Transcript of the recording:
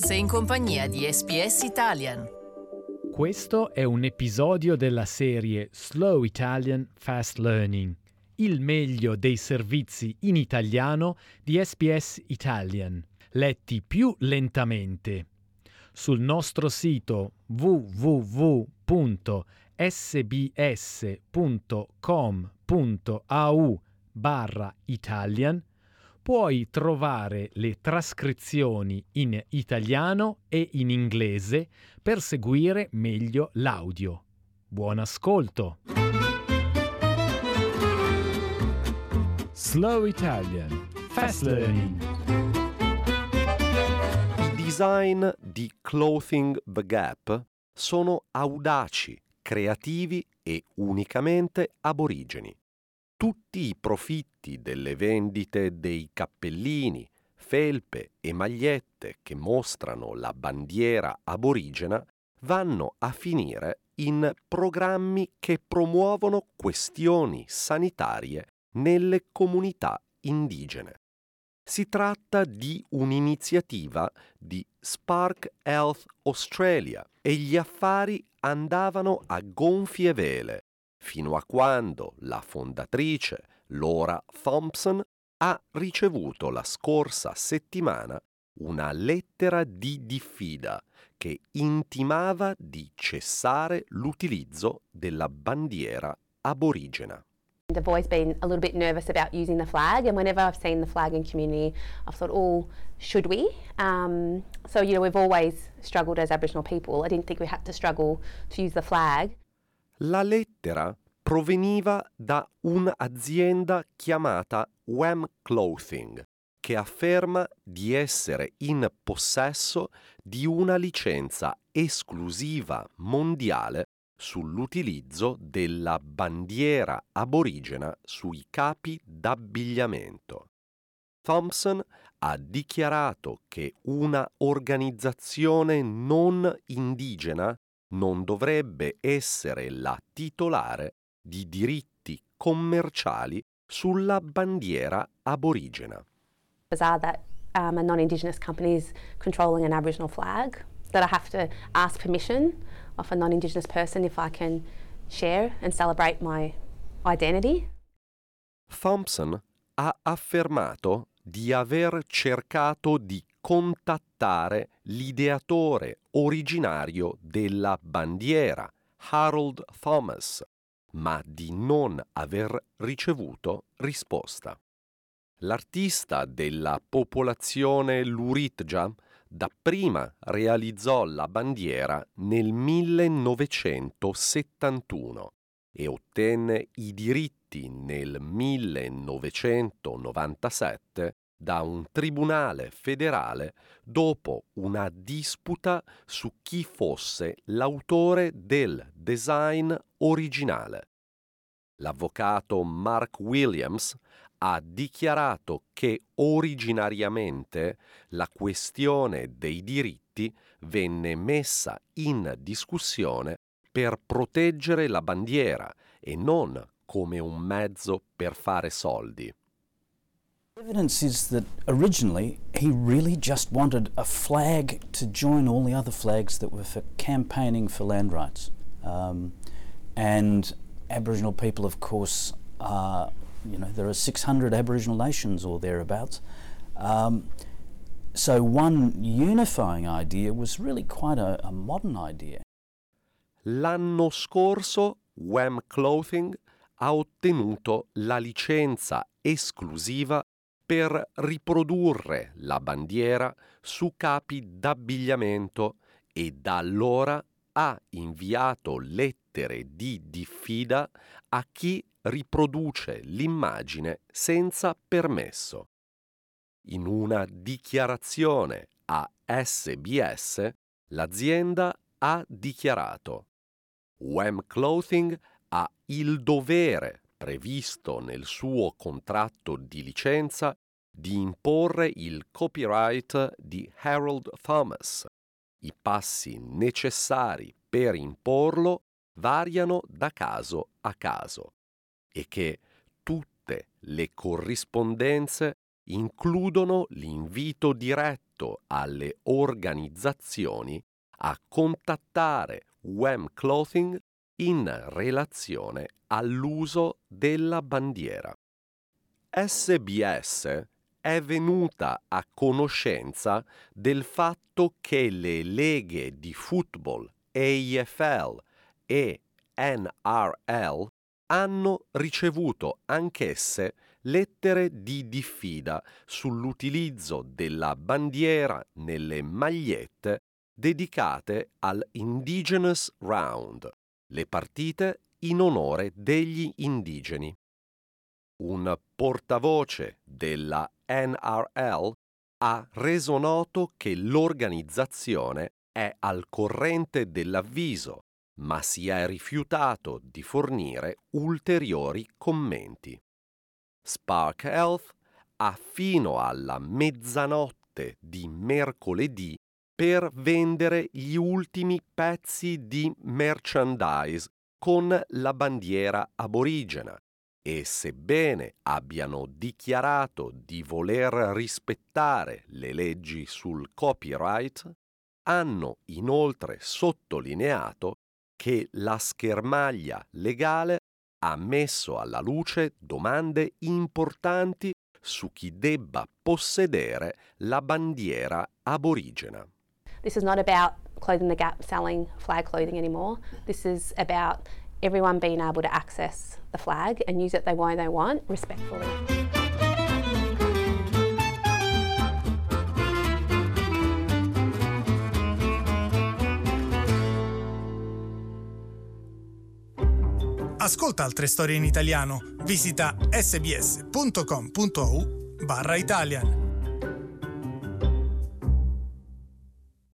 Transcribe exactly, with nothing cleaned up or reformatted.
Sei in compagnia di S B S Italian. Questo è un episodio della serie Slow Italian Fast Learning, il meglio dei servizi in italiano di S B S Italian, letti più lentamente. Sul nostro sito w w w punto s b s punto com punto a u barra Italian puoi trovare le trascrizioni in italiano e in inglese per seguire meglio l'audio. Buon ascolto! Slow Italian Fast Learning. I design di Clothing the Gap sono audaci, creativi e unicamente aborigeni. Tutti i profitti delle vendite dei cappellini, felpe e magliette che mostrano la bandiera aborigena vanno a finire in programmi che promuovono questioni sanitarie nelle comunità indigene. Si tratta di un'iniziativa di Spark Health Australia e gli affari andavano a gonfie vele fino a quando la fondatrice Laura Thompson ha ricevuto la scorsa settimana una lettera di diffida che intimava di cessare l'utilizzo della bandiera aborigena. I've always been a little bit nervous about using the flag, and whenever I've seen the flag in community, I've thought, oh, should we? Um, so, you know, we've always struggled as Aboriginal people. I didn't think we had to struggle to use the flag. La lettera proveniva da un'azienda chiamata Wham Clothing, che afferma di essere in possesso di una licenza esclusiva mondiale sull'utilizzo della bandiera aborigena sui capi d'abbigliamento. Thompson ha dichiarato che una organizzazione non indigena non dovrebbe essere la titolare di diritti commerciali sulla bandiera aborigena. Bizarre that um, a non-Indigenous company is controlling an Aboriginal flag, that I have to ask permission of a non-Indigenous person if I can share and celebrate my identity. Thompson ha affermato di aver cercato di contattare l'ideatore originario della bandiera, Harold Thomas, ma di non aver ricevuto risposta. L'artista della popolazione Luritja dapprima realizzò la bandiera nel millenovecentosettantuno e ottenne i diritti nel millenovecentonovantasette da un tribunale federale dopo una disputa su chi fosse l'autore del design originale. L'avvocato Mark Williams ha dichiarato che originariamente la questione dei diritti venne messa in discussione per proteggere la bandiera e non come un mezzo per fare soldi. Evidence is that originally he really just wanted a flag to join all the other flags that were for campaigning for land rights. Um, and Aboriginal people, of course, are, you know, there are six hundred Aboriginal nations or thereabouts. Um, so one unifying idea was really quite a, a modern idea. L'anno scorso Wham Clothing ha ottenuto la licenza esclusiva per riprodurre la bandiera su capi d'abbigliamento e da allora ha inviato lettere di diffida a chi riproduce l'immagine senza permesso. In una dichiarazione a S B S, l'azienda ha dichiarato: Wham Clothing ha il dovere previsto nel suo contratto di licenza di imporre il copyright di Harold Thomas. I passi necessari per imporlo variano da caso a caso e che tutte le corrispondenze includono l'invito diretto invito alle organizzazioni a contattare W E M Clothing in relazione all'uso della bandiera. S B S è venuta a conoscenza del fatto che le leghe di football A F L e N R L hanno ricevuto anch'esse lettere di diffida sull'utilizzo della bandiera nelle magliette dedicate al Indigenous Round, le partite in onore degli indigeni. Un portavoce della N R L ha reso noto che l'organizzazione è al corrente dell'avviso, ma si è rifiutato di fornire ulteriori commenti. Spark Health ha fino alla mezzanotte di mercoledì per vendere gli ultimi pezzi di merchandise con la bandiera aborigena e, sebbene abbiano dichiarato di voler rispettare le leggi sul copyright, hanno inoltre sottolineato che la schermaglia legale ha messo alla luce domande importanti su chi debba possedere la bandiera aborigena. This is not about Clothing the Gap selling flag clothing anymore. This is about everyone being able to access the flag and use it the way they want, respectfully. Ascolta altre storie in italiano. Visita sbs punto com punto a u barra Italian.